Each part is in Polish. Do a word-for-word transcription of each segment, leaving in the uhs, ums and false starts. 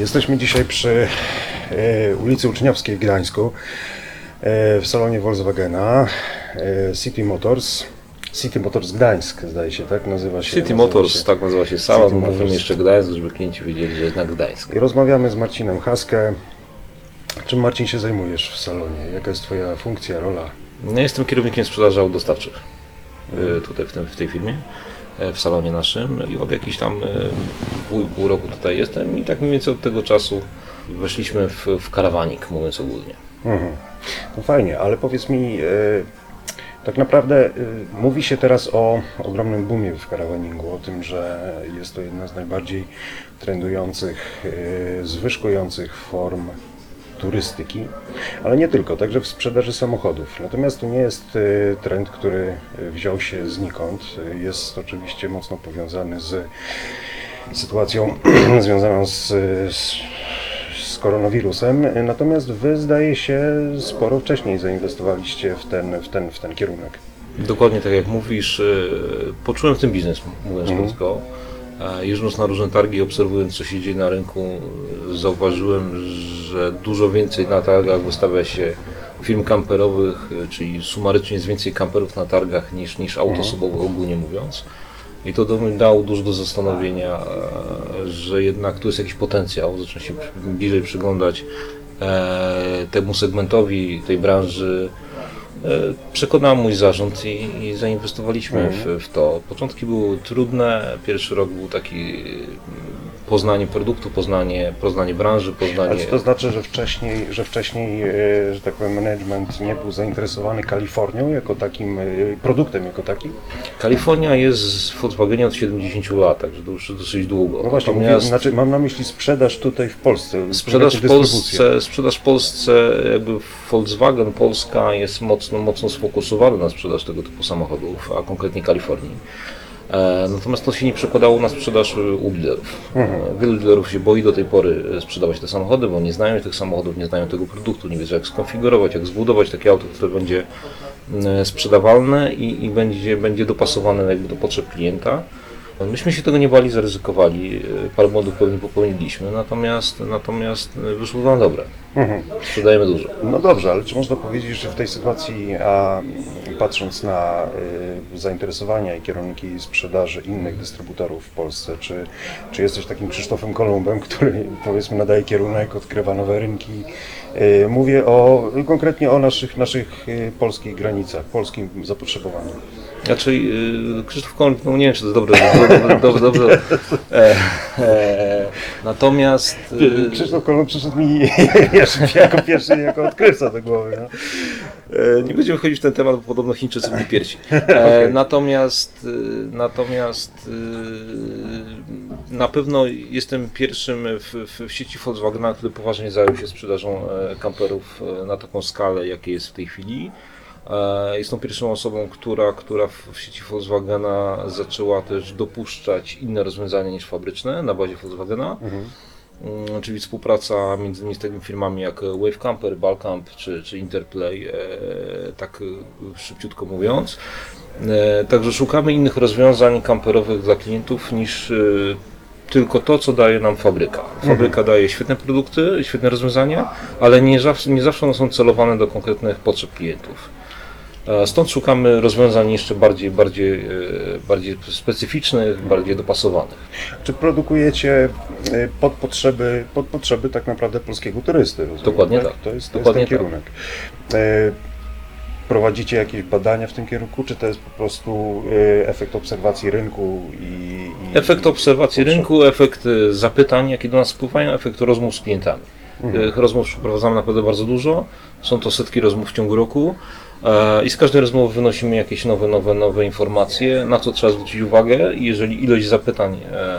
Jesteśmy dzisiaj przy e, ulicy Uczniowskiej w Gdańsku, e, w salonie Volkswagena, e, City Motors. City Motors Gdańsk, zdaje się, tak nazywa się. City nazywa Motors, się. tak nazywa się salon, City mówimy Motors. jeszcze Gdańsk, żeby klienci wiedzieli, że jednak Gdańsk. I rozmawiamy z Marcinem Haskę. Czym, Marcin, się zajmujesz w salonie? Jaka jest Twoja funkcja, rola? Ja jestem kierownikiem sprzedaży aut dostawczych mhm. tutaj w, tym, w tej firmie, w salonie naszym i od jakichś tam pół, pół roku tutaj jestem i tak mniej więcej od tego czasu weszliśmy w, w karawanik, mówiąc ogólnie. Mhm. No fajnie, ale powiedz mi, e, tak naprawdę e, mówi się teraz o ogromnym boomie w karawaningu, o tym, że jest to jedna z najbardziej trendujących, e, zwyżkujących form turystyki, ale nie tylko, także w sprzedaży samochodów. Natomiast to nie jest e, trend, który wziął się znikąd. Jest oczywiście mocno powiązany z sytuacją związaną z, z z koronawirusem, natomiast Wy, zdaje się, sporo wcześniej zainwestowaliście w ten, w ten, w ten kierunek. Dokładnie tak jak mówisz, poczułem w tym biznes, mówiąc Mhm. krótko. Jeżdżąc na różne targi, obserwując, co się dzieje na rynku, zauważyłem, że dużo więcej na targach wystawia się firm kamperowych, czyli sumarycznie jest więcej kamperów na targach niż, niż aut osobowych, ogólnie mówiąc. I to do mnie dało dużo do zastanowienia, że jednak tu jest jakiś potencjał, zacznę się bliżej przyglądać temu segmentowi tej branży. Przekonał mój zarząd i, i zainwestowaliśmy w, w to. Początki były trudne, pierwszy rok był taki poznanie produktu, poznanie, poznanie branży, poznanie... Ale czy to znaczy, że wcześniej, że wcześniej, e, że tak powiem, management nie był zainteresowany Kalifornią jako takim, e, produktem jako takim? Kalifornia jest w Volkswagenie od siedemdziesięciu lat, także to już dosyć długo. No właśnie, Natomiast mówię, znaczy mam na myśli sprzedaż tutaj w Polsce. sprzedaż w dystrybucję. Polsce, sprzedaż w Polsce, jakby Volkswagen Polska jest mocno, mocno sfokusowany na sprzedaż tego typu samochodów, a konkretnie Kalifornii. Natomiast to się nie przekładało na sprzedaż u dealerów. Mhm. Wielu dealerów się boi do tej pory sprzedawać te samochody, bo nie znają tych samochodów, nie znają tego produktu, nie wiedzą jak skonfigurować, jak zbudować takie auto, które będzie sprzedawalne i, i będzie, będzie dopasowane jakby do potrzeb klienta. Myśmy się tego nie bali, zaryzykowali, parę błędów pewnie popełniliśmy, natomiast, natomiast wyszło nam dobre. Mhm. Sprzedajemy dużo. No dobrze, ale czy można powiedzieć, że w tej sytuacji, a patrząc na y, zainteresowania i kierunki sprzedaży innych dystrybutorów w Polsce, czy, czy jesteś takim Krzysztofem Kolumbem, który, powiedzmy, nadaje kierunek, odkrywa nowe rynki? Y, mówię o, konkretnie o naszych, naszych y, polskich granicach, polskim zapotrzebowaniu. Znaczy, Krzysztof Kolumb, no nie wiem, czy to jest dobre, dobrze, dobrze, dobrze. E, e, natomiast... E, Krzysztof Kolumb przyszedł mi jako pierwszy, jako odkrywca do głowy. No. E, nie będziemy wchodzić w ten temat, bo podobno Chińczycy byli pierwsi. E, okay. Natomiast, natomiast e, na pewno jestem pierwszym w, w sieci Volkswagena, który poważnie zajął się sprzedażą kamperów na taką skalę, jakiej jest w tej chwili. Jestem pierwszą osobą, która, która w sieci Volkswagena zaczęła też dopuszczać inne rozwiązania niż fabryczne na bazie Volkswagena. Mhm. Czyli współpraca między innymi z takimi firmami jak Wave Camper, Balcamp czy, czy Interplay, tak szybciutko mówiąc. Także szukamy innych rozwiązań kamperowych dla klientów niż tylko to, co daje nam fabryka. Fabryka mhm. daje świetne produkty, świetne rozwiązania, ale nie zawsze, nie zawsze one są celowane do konkretnych potrzeb klientów. Stąd szukamy rozwiązań jeszcze bardziej, bardziej, bardziej specyficznych, bardziej dopasowanych. Czy produkujecie pod potrzeby, pod potrzeby tak naprawdę polskiego turysty? Rozumiem, Dokładnie tak. tak. To jest, to Dokładnie jest ten tak. kierunek. Prowadzicie jakieś badania w tym kierunku, czy to jest po prostu efekt obserwacji rynku? I, i efekt obserwacji potrzeb? rynku, efekt zapytań, jakie do nas spływają, efekt rozmów z klientami. Mhm. Rozmów przeprowadzamy naprawdę bardzo dużo, są to setki rozmów w ciągu roku. I z każdej rozmowy wynosimy jakieś nowe, nowe, nowe informacje, na co trzeba zwrócić uwagę. I jeżeli ilość zapytań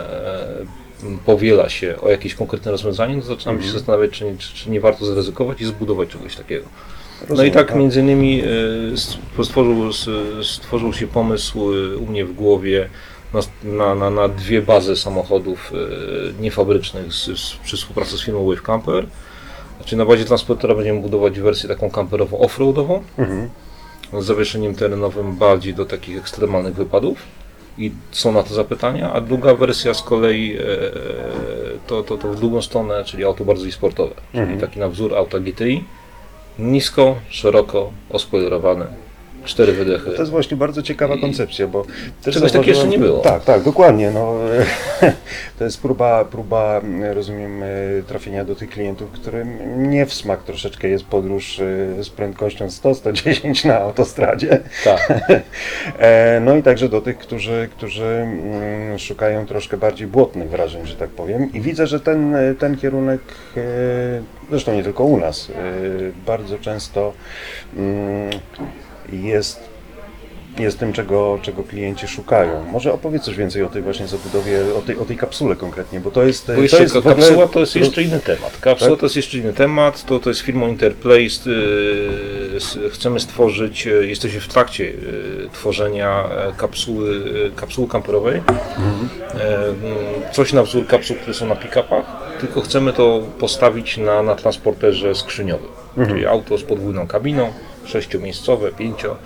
powiela się o jakieś konkretne rozwiązanie, to zaczynamy się zastanawiać, czy nie, czy nie warto zaryzykować i zbudować czegoś takiego. Rozumiem, no i tak między innymi stworzył, stworzył się pomysł u mnie w głowie na, na, na dwie bazy samochodów niefabrycznych z, z, przy współpracy z firmą Wave Camper. Czyli na bazie transportera będziemy budować wersję taką kamperową off-roadową, mhm. z zawieszeniem terenowym bardziej do takich ekstremalnych wypadów i są na to zapytania, a druga wersja z kolei e, to, to, to w drugą stronę, czyli auto bardziej sportowe, czyli Mhm. taki na wzór auta G T I, nisko, szeroko, ospoilerowane, cztery wydechy. To jest właśnie bardzo ciekawa I- koncepcja, bo też Czegoś takiego jeszcze nie było. Tak, tak, dokładnie. No, to jest próba, próba, rozumiem, trafienia do tych klientów, którym nie w smak troszeczkę jest podróż e, z prędkością sto sto dziesięć na autostradzie. Tak. E, No i także do tych, którzy, którzy mm, szukają troszkę bardziej błotnych wrażeń, że tak powiem. I widzę, że ten, ten kierunek, e, zresztą nie tylko u nas, e, bardzo często mm, jest, jest tym, czego, czego klienci szukają. Może opowiedz coś więcej o tej właśnie zabudowie, o tej, o tej kapsule konkretnie, bo to jest... Bo to jeszcze jest w ka- ogóle- kapsuła to jest jeszcze inny temat. Kapsuła Tak? to jest jeszcze inny temat, to, to jest firmą Interplay, st- s- chcemy stworzyć, e, jesteśmy w trakcie e, tworzenia e, kapsuły, e, kapsuły kamperowej, E, m, coś na wzór kapsuł, które są na pick-upach, tylko chcemy to postawić na, na transporterze skrzyniowym, czyli auto z podwójną kabiną, sześciomiejscowe, pięcio,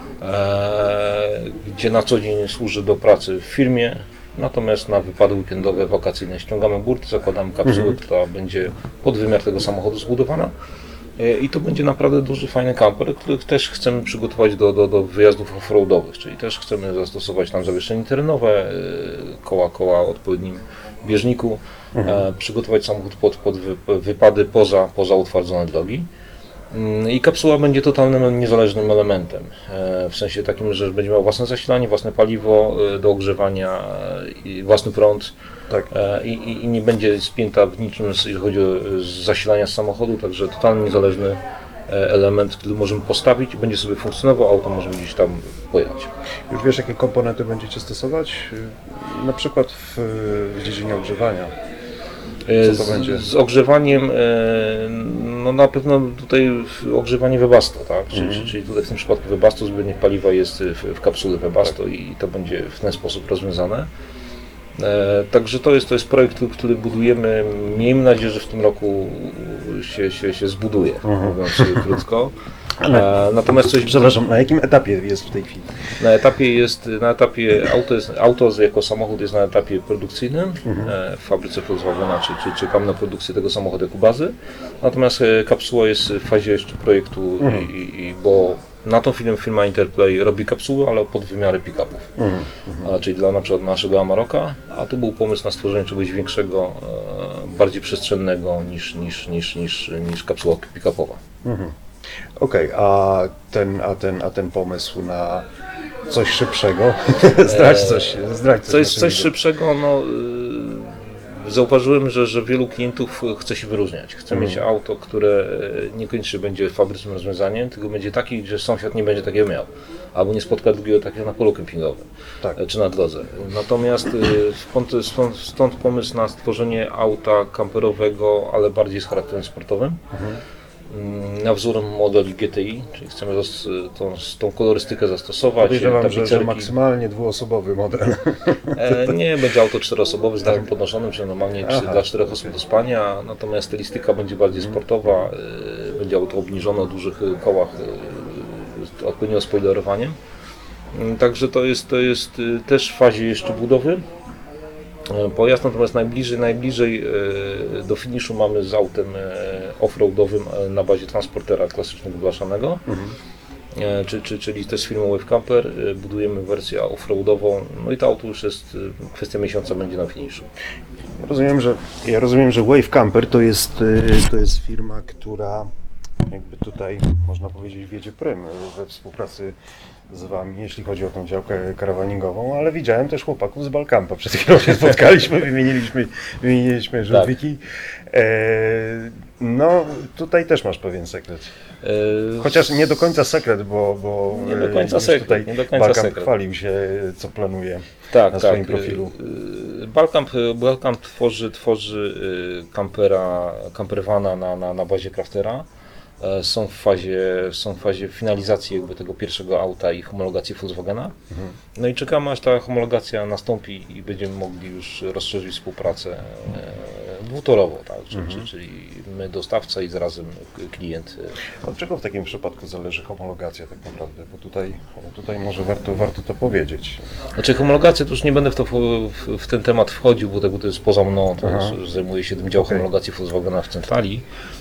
e, gdzie na co dzień służy do pracy w firmie, natomiast na wypady weekendowe, wakacyjne ściągamy burty, zakładamy kapsułę, która będzie pod wymiar tego samochodu zbudowana. E, I to będzie naprawdę duży, fajny kamper, który też chcemy przygotować do, do, do wyjazdów offroadowych, czyli też chcemy zastosować tam zawieszenie terenowe, e, koła, koła o odpowiednim bieżniku, e, przygotować samochód pod, pod wy- wypady poza, poza utwardzone drogi. Mm, I kapsuła będzie totalnym niezależnym elementem, e, w sensie takim, że będzie miał własne zasilanie, własne paliwo e, do ogrzewania, e, i własny prąd. Tak. E, I, i, i nie będzie spięta w niczym, jeśli chodzi o e, zasilania z samochodu, także totalnie niezależny e, element, który możemy postawić i będzie sobie funkcjonował, auto może gdzieś tam pojechać. Już wiesz, jakie komponenty będziecie stosować? Na przykład w, w dziedzinie ogrzewania. E, Co to z, będzie? z ogrzewaniem, e, no na pewno tutaj ogrzewanie Webasto, tak? Czyli, Mhm. czyli tutaj w tym przypadku Webasto, zbiornik paliwa jest w, w kapsule Webasto i to będzie w ten sposób rozwiązane. E, Także to jest, to jest projekt, który- który budujemy. Miejmy nadzieję, że w tym roku się, się, się zbuduje, mówiąc krótko. E, Natomiast coś Przepraszam, na jakim etapie jest w tej chwili? na etapie jest, na etapie auto, jest, auto jako samochód jest na etapie produkcyjnym e, w fabryce Volkswagena, czy, czy czekamy na produkcję tego samochodu jako bazy. Natomiast e, kapsuła jest w fazie jeszcze projektu, i, i, i, bo na tą chwilę firma Interplay robi kapsuły, ale pod wymiary pick-upów. A, czyli dla na przykład naszego Amaroka, a tu był pomysł na stworzenie czegoś większego, e, bardziej przestrzennego niż, niż, niż, niż, niż kapsuła pick-upowa. Okej, a, ten, a, ten, a ten pomysł na coś szybszego? zdradź coś, zdradź coś. Coś, naszym coś widzom. szybszego, no y, zauważyłem, że, że wielu klientów chce się wyróżniać. Chce mieć auto, które y, niekoniecznie będzie fabrycznym rozwiązaniem, tylko będzie taki, że sąsiad nie będzie takiego miał. Albo nie spotka drugiego takiego na polu kempingowym, Tak. e, czy na drodze. Natomiast y, stąd, stąd, stąd pomysł na stworzenie auta kamperowego, ale bardziej z charakterem sportowym. Mm, Na wzór modeli G T I, czyli chcemy zas- tą, tą kolorystykę zastosować. Podejrzewam, że, że tapicerki. maksymalnie dwuosobowy model. E, nie, będzie auto czteroosobowe z dachem podnoszonym, czyli normalnie przy, Aha. dla czterech osób do spania, natomiast stylistyka będzie bardziej sportowa, e, będzie auto obniżone o dużych e, kołach e, z odpowiednio spoilerowaniem. Mm, Także to jest, to jest e, też w fazie jeszcze budowy e, pojazd, natomiast najbliżej, najbliżej e, do finiszu mamy z autem e, offroadowym e, na bazie transportera klasycznego blaszanego. E, Czy, czy, czyli też z firmą Wave Camper e, budujemy wersję offroadową, no i to auto już jest e, kwestia miesiąca będzie na finiszu. Rozumiem, że, ja rozumiem, że Wave Camper to jest, y, to jest firma, która jakby tutaj, można powiedzieć, wiedzie prym we współpracy z Wami, jeśli chodzi o tą działkę karawaningową, ale widziałem też chłopaków z Balkampa. Przed chwilą się spotkaliśmy, wymieniliśmy, wymieniliśmy żółwiki. E, no, tutaj też masz pewien sekret. E, Chociaż nie do końca sekret, bo, bo Nie do końca już sekret, tutaj nie do końca Balkamp sekret. chwalił się, co planuje tak, na tak. swoim profilu. e, Balkamp, Balkamp tworzy, tworzy e, kampera, campervana na, na, na bazie Craftera. E, Są w fazie, są w fazie finalizacji jakby tego pierwszego auta i homologacji Volkswagena. No i czekamy, aż ta homologacja nastąpi i będziemy mogli już rozszerzyć współpracę. E, dwutorowo, tak, czyli, Mhm. czyli my dostawca i zarazem klient. Od czego w takim przypadku zależy homologacja tak naprawdę? Bo tutaj, tutaj może warto, warto to powiedzieć. Znaczy homologację, to już nie będę w, to, w, w ten temat wchodził, bo to, to jest poza mną, to Aha. jest, zajmuję się tym dział Okej. homologacji Volkswagena w centrali.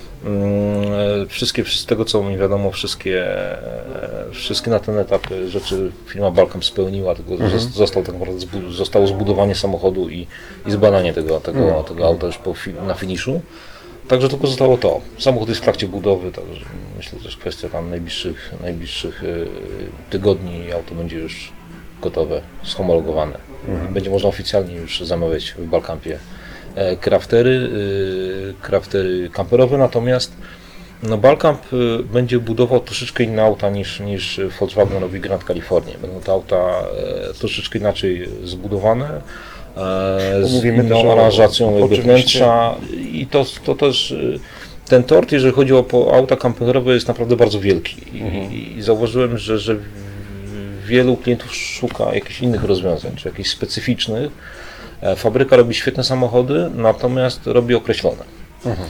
Mm, Wszystkie, z tego co mi wiadomo, wszystkie, wszystkie na ten etap rzeczy firma Balkamp spełniła, tylko Mhm. zos- został tak naprawdę zbu- zostało zbudowanie samochodu i, i zbadanie tego, tego, Mhm. tego auta już po, fi- na finiszu. Także tylko zostało to. Samochód jest w trakcie budowy, także myślę, że też kwestia tam najbliższych, najbliższych y, tygodni i auto będzie już gotowe, schomologowane. Mhm. Będzie można oficjalnie już zamawiać w Balkampie e, craftery, y, craftery kamperowe, natomiast no Balkamp y, będzie budował troszeczkę inne auta niż, niż Volkswagen robi Grand California. Będą te auta e, troszeczkę inaczej zbudowane, e, z Mówimy też inną o- aranżacją jakby oczywiście- wnętrza i to, to też y, ten tort, jeżeli chodzi o po- auta kamperowe, jest naprawdę bardzo wielki i, Mhm. i zauważyłem, że, że wielu klientów szuka jakichś innych rozwiązań, czy jakichś specyficznych. E, Fabryka robi świetne samochody, natomiast robi określone. Mhm.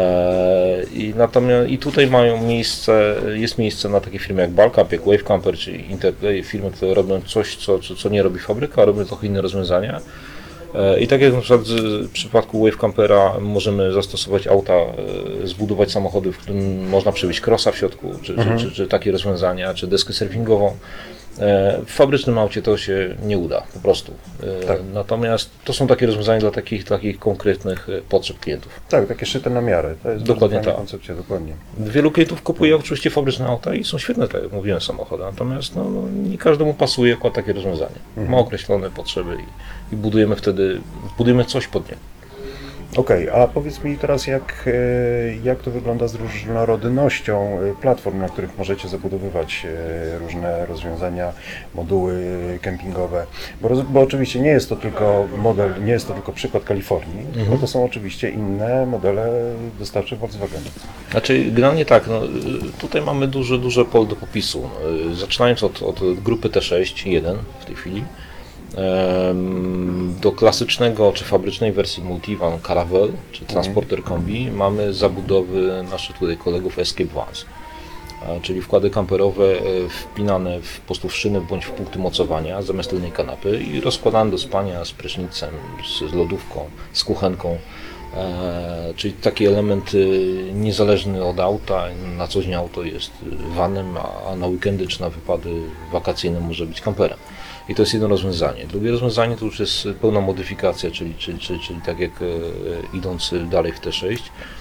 E, I, natomiast, I tutaj mają miejsce, jest miejsce na takie firmy jak Balkamp, jak Wave Camper, czy Interplay, firmy, które robią coś, co, co, co nie robi fabryka, a robią trochę inne rozwiązania. E, I tak jak na przykład z- w przypadku Wave Campera możemy zastosować auta, e, zbudować samochody, w którym można przywieźć crossa w środku, czy, Mhm. czy, czy, czy takie rozwiązania, czy deskę surfingową. E, W fabrycznym aucie to się nie uda, po prostu. E, Tak. Natomiast to są takie rozwiązania dla takich, takich konkretnych e, potrzeb klientów. Tak, takie szyte na miarę. To jest Dokładnie bardzo fajna tak. koncepcja, dokładnie. Wielu klientów kupuje oczywiście fabryczne auta i są świetne, tak jak mówiłem, samochody, natomiast no, no, nie każdemu pasuje akurat takie rozwiązanie. Ma określone potrzeby i, i budujemy wtedy, budujemy coś pod nie. Okej, a powiedz mi teraz, jak, e, jak to wygląda z różnorodnością e, platform, na których możecie zabudowywać e, różne rozwiązania, moduły kempingowe, bo, roz- bo oczywiście nie jest to tylko model, nie jest to tylko przykład Kalifornii, bo to są oczywiście inne modele dostawcze Volkswagena. Znaczy, generalnie tak, no, y, tutaj mamy duże, duże pole do popisu. Y, Zaczynając od, od grupy T sześć jeden w tej chwili, em, do klasycznego czy fabrycznej wersji Multivan Caravelle, czy Transporter Kombi, mamy zabudowy naszych tutaj kolegów Escape Vans. A, czyli wkłady kamperowe e, wpinane w, po prostu w szyny bądź w punkty mocowania zamiast tylnej kanapy i rozkładane do spania z prysznicem, z, z lodówką, z kuchenką. E, czyli taki element e, niezależny od auta, na co dzień auto jest vanem, a, a na weekendy czy na wypady wakacyjne może być kamperem. I to jest jedno rozwiązanie. Drugie rozwiązanie to już jest pełna modyfikacja, czyli, czyli, czyli, czyli tak jak e, idąc dalej w T sześć.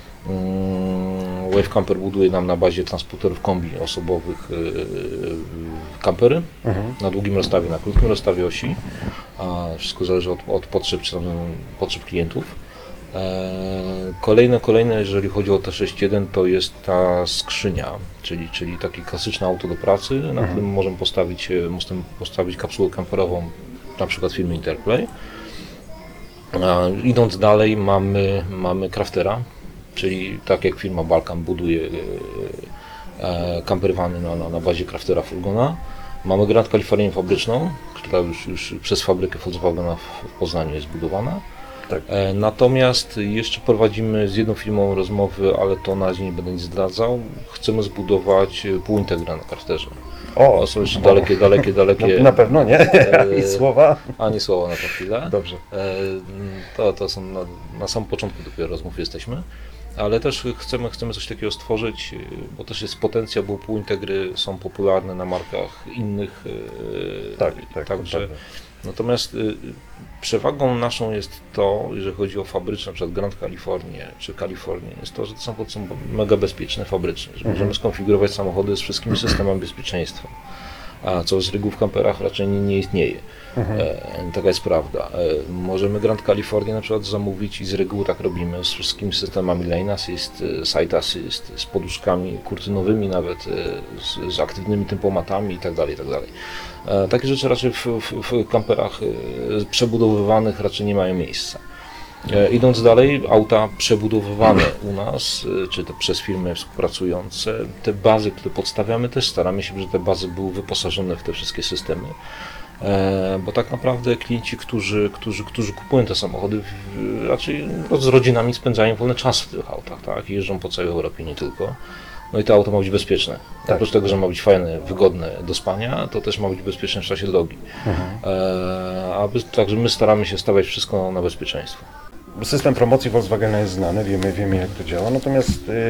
Mm, Wave Camper buduje nam na bazie transporterów kombi osobowych e, kampery Mhm. na długim rozstawie, na krótkim rozstawie osi, a wszystko zależy od, od potrzeb, czy tam, potrzeb klientów. E, Kolejne, kolejne, jeżeli chodzi o T sześć jeden, to jest ta skrzynia, czyli, czyli takie klasyczne auto do pracy, na którym możemy postawić, e, możemy postawić kapsułę kamperową, na przykład firmy Interplay. A idąc dalej, mamy, mamy craftera, czyli tak jak firma Balkamp buduje e, e, campervany na, na, na bazie craftera furgona. Mamy Grand Californię fabryczną, która już, już przez fabrykę Volkswagena w, w Poznaniu jest budowana. Tak. E, Natomiast jeszcze prowadzimy z jedną firmą rozmowy, ale to na razie nie będę nic zdradzał. Chcemy zbudować półintegra na crafterze. O, To są jeszcze dalekie, dalekie, dalekie, na, na pewno nie. I słowa. ani słowa na tę chwilę. Dobrze. E, To, to są na, na samym początku dopiero rozmów jesteśmy, ale też chcemy, chcemy coś takiego stworzyć, bo też jest potencjał, bo półintegry są popularne na markach innych. e, Tak, tak, to Także, prawda. natomiast y, przewagą naszą jest to, jeżeli chodzi o fabryczne, na przykład Grand Californię czy Kalifornię, jest to, że te samochody są mega bezpieczne fabrycznie, że Mhm. możemy skonfigurować samochody z wszystkimi systemami bezpieczeństwa, a co z reguły w kamperach raczej nie, nie istnieje. Mhm. E, taka jest prawda. E, możemy Grand Californię na przykład zamówić i z reguły tak robimy z wszystkimi systemami lane assist, e, side assist, z poduszkami kurtynowymi nawet, e, z, z aktywnymi tempomatami itd. itd. E, takie rzeczy raczej w, w, w kamperach e, przebudowywanych raczej nie mają miejsca. E, Idąc dalej, auta przebudowywane u nas, e, czy te przez firmy współpracujące, te bazy, które podstawiamy, też staramy się, żeby te bazy były wyposażone w te wszystkie systemy. E, bo tak naprawdę klienci, którzy, którzy, którzy kupują te samochody, w, raczej no, z rodzinami spędzają wolny czas w tych autach, tak? Jeżdżą po całej Europie, nie tylko. No i to auto ma być bezpieczne. Tak. Oprócz tego, że ma być fajne, wygodne do spania, to też ma być bezpieczne w czasie drogi. Mhm. E, a by, także my staramy się stawiać wszystko na bezpieczeństwo. System promocji Volkswagena jest znany, wiemy, wiemy jak to działa, natomiast yy,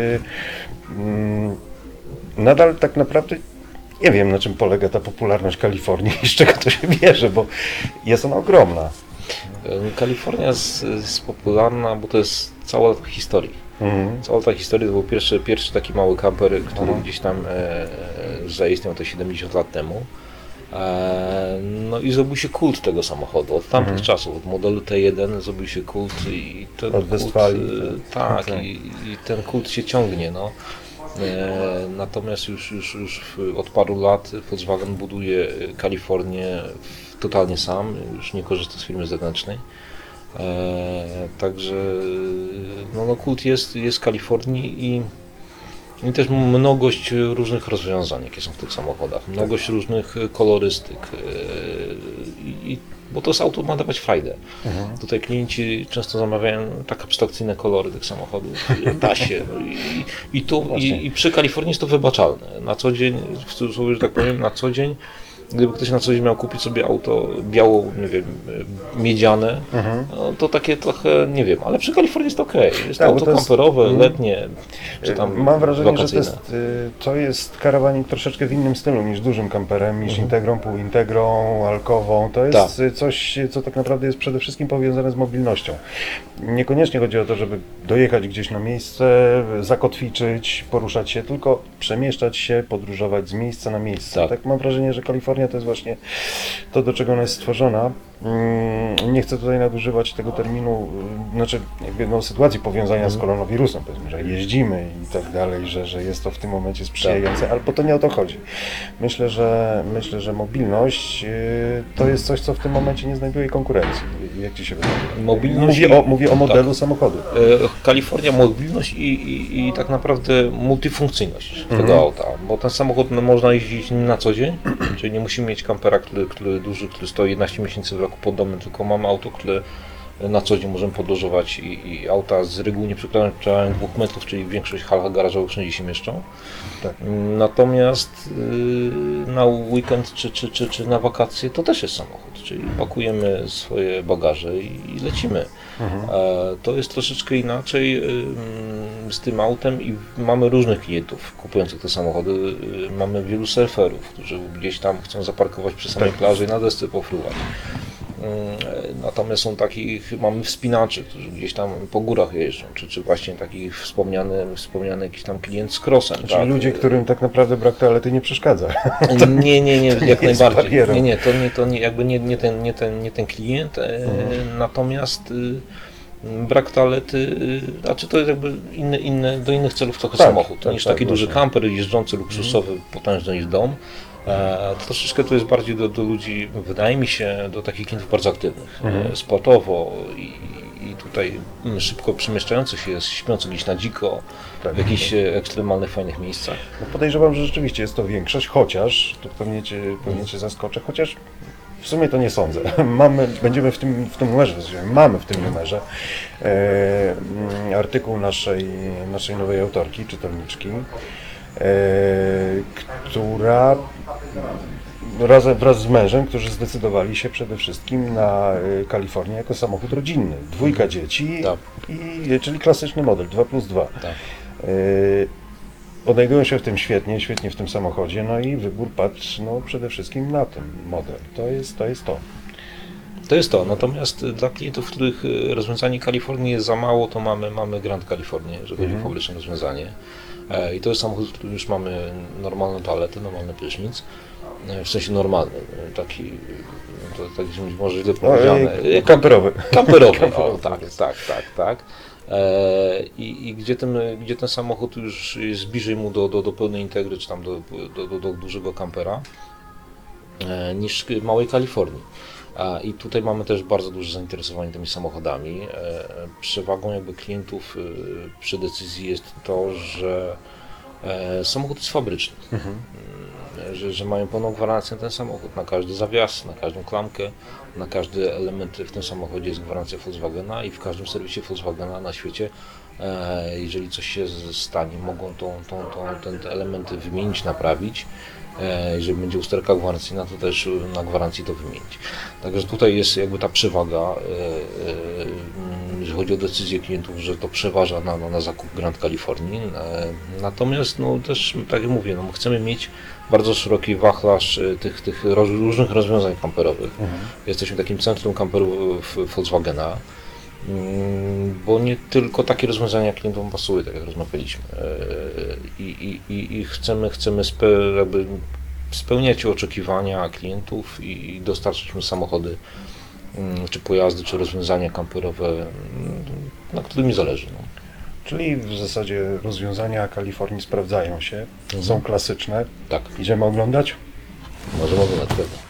yy, nadal tak naprawdę nie wiem, na czym polega ta popularność Kalifornii i z czego to się bierze, bo jest ona ogromna. E, Kalifornia jest, jest popularna, bo to jest cała ta historia. Mhm. Cała ta historia to był pierwszy, pierwszy taki mały kamper, który Mhm. gdzieś tam e, zaistniał te siedemdziesiąt lat temu. E, no i zrobił się kult tego samochodu. Od tamtych Mhm. czasów, od modelu T jeden zrobił się kult i ten Od kult, Westfalii, e, tak. tak, i, i ten kult się ciągnie. No. E, natomiast już, już, już w- od paru lat Volkswagen buduje Kalifornię w- totalnie sam, już nie korzysta z firmy zewnętrznej. E, także no, no kult jest, jest w Kalifornii i, i też mnogość różnych rozwiązań, jakie są w tych samochodach, mnogość różnych kolorystyk, e, i, i, bo to z auto ma dawać frajdę. Mhm. Tutaj klienci często zamawiają tak abstrakcyjne kolory tych samochodów, da się. No i, i, tu, Właśnie. i, I przy Kalifornii jest to wybaczalne. Na co dzień, w cudzysłowie, że tak powiem, na co dzień, gdyby ktoś na co dzień miał kupić sobie auto biało, nie wiem, miedziane, Mhm. no to takie trochę, nie wiem, ale przy Kalifornii jest okej. Jest Tak, to bo auto to jest- kamperowe, mm. letnie, czy tam Mam wrażenie, wakacyjne. że to jest, y, to jest karawanik troszeczkę w innym stylu niż dużym kamperem, niż Mhm. Integrą, półintegrą, alkową. To jest Tak. y, coś, co tak naprawdę jest przede wszystkim powiązane z mobilnością. Niekoniecznie chodzi o to, żeby dojechać gdzieś na miejsce, zakotwiczyć, poruszać się, tylko przemieszczać się, podróżować z miejsca na miejsce. Tak. Tak mam wrażenie, że Kalifornia to jest właśnie to, do czego ona jest stworzona. Mm, Nie chcę tutaj nadużywać tego terminu, y, znaczy jakby no, sytuacji powiązania z koronawirusem, powiedzmy, że jeździmy i tak dalej, że, że jest to w tym momencie sprzyjające, ale bo to nie o to chodzi. Myślę, że myślę, że mobilność y, to jest coś, co w tym momencie nie znajduje konkurencji. Jak Ci się wydaje? Mobilność Mówię i- o, mówię o modelu tak. samochodu. E, Kalifornia, mobilność i, i, i tak naprawdę multifunkcyjność Mhm. tego auta, bo ten samochód no, można jeździć nim na co dzień, czyli nie musimy mieć kampera, który, który duży, który stoi jedenaście miesięcy w roku pod domem, tylko mamy auto, które na co dzień możemy podróżować i, i auta z reguły nie przekraczają dwóch metrów, czyli większość hal garażowych wszędzie się mieszczą. Tak. Natomiast yy, na weekend czy, czy, czy, czy na wakacje to też jest samochód, czyli pakujemy swoje bagaże i, i lecimy. Mhm. E, to jest troszeczkę inaczej yy, z tym autem i mamy różnych klientów kupujących te samochody. Yy, mamy wielu surferów, którzy gdzieś tam chcą zaparkować przy samej Tak. plaży i na desce pofruwać. Yy, Natomiast są takich, mamy wspinaczy, którzy gdzieś tam po górach jeżdżą, czy, czy właśnie taki wspomniany, wspomniany jakiś tam klient z crossem. Czyli tak? ludzie, którym tak naprawdę brak toalety nie przeszkadza. Nie, nie, nie, jak jest najbardziej. barierą. Nie, nie, to nie, to nie, jakby nie, nie, ten, nie, ten, nie ten klient, e, Mhm. natomiast y, brak toalety, y, znaczy to jest jakby inne, inne, do innych celów trochę Tak, samochód, tak, niż tak, taki duży właśnie. kamper jeżdżący, luksusowy, potężny niż dom. E, troszeczkę to jest bardziej do, do ludzi, wydaje mi się, do takich klientów bardzo aktywnych, Mhm. e, sportowo i, i tutaj mm, szybko przemieszczających się, śpiących gdzieś na dziko, Tak. w jakichś e, ekstremalnych, fajnych miejscach. No podejrzewam, że rzeczywiście jest to większość, chociaż, tu pewnie cię, pewnie cię zaskoczę, chociaż w sumie to nie sądzę. Mamy, będziemy w tym, w tym numerze, mamy w tym numerze e, mm, artykuł naszej, naszej nowej autorki, czytelniczki, e, która razem, wraz z mężem, którzy zdecydowali się przede wszystkim na e, Kalifornię jako samochód rodzinny. Dwójka dzieci, Tak. i, czyli klasyczny model dwa plus dwa. Tak. E, Odnajdują się w tym świetnie, świetnie w tym samochodzie, no i wybór padł no, przede wszystkim na ten model. To jest to. Jest to. To jest to, natomiast dla klientów, których y, rozwiązanie Kalifornii jest za mało, to mamy, mamy Grand Californię, jeżeli chodzi o fabryczne rozwiązanie. E, I to jest samochód, w którym już mamy normalną toaletę, normalny prysznic, e, w sensie normalny, e, taki, to, tak może źle powiedziane, No, kamperowy. kamperowy, Kamperowy, o, tak, tak, tak, tak. E, i, I gdzie ten, gdzie ten samochód już jest bliżej mu do, do, do pełnej integry, czy tam do, do, do, do dużego kampera, e, niż małej Kalifornii. A, I tutaj mamy też bardzo duże zainteresowanie tymi samochodami. E, Przewagą jakby klientów e, przy decyzji jest to, że E, samochód jest fabryczny, Mhm. e, że, że mają pełną gwarancję na ten samochód, na każdy zawias, na każdą klamkę, na każdy element w tym samochodzie jest gwarancja Volkswagena i w każdym serwisie Volkswagena na świecie, e, jeżeli coś się z- stanie, mogą tą, tą, tą, ten, te elementy wymienić, naprawić. E, Jeżeli będzie usterka gwarancyjna, to też na gwarancji to wymienić. Także tutaj jest jakby ta przewaga, e, e, jeżeli chodzi o decyzję klientów, że to przeważa na, na, na zakup Grand Californii. E, Natomiast no, też, tak jak mówię, no, chcemy mieć bardzo szeroki wachlarz e, tych, tych roz, różnych rozwiązań kamperowych. Mhm. Jesteśmy takim centrum kamperów Volkswagena. Mm, Bo nie tylko takie rozwiązania klientom pasuje, tak jak rozmawialiśmy. E, I, i, i, i chcemy, chcemy spe, jakby spełniać oczekiwania klientów i, i dostarczyć im samochody, mm, czy pojazdy, czy rozwiązania kamperowe, mm, na których mi zależy. No. Czyli w zasadzie rozwiązania Kalifornii sprawdzają się, są klasyczne. Tak, Idziemy oglądać? możemy oglądać, prawda?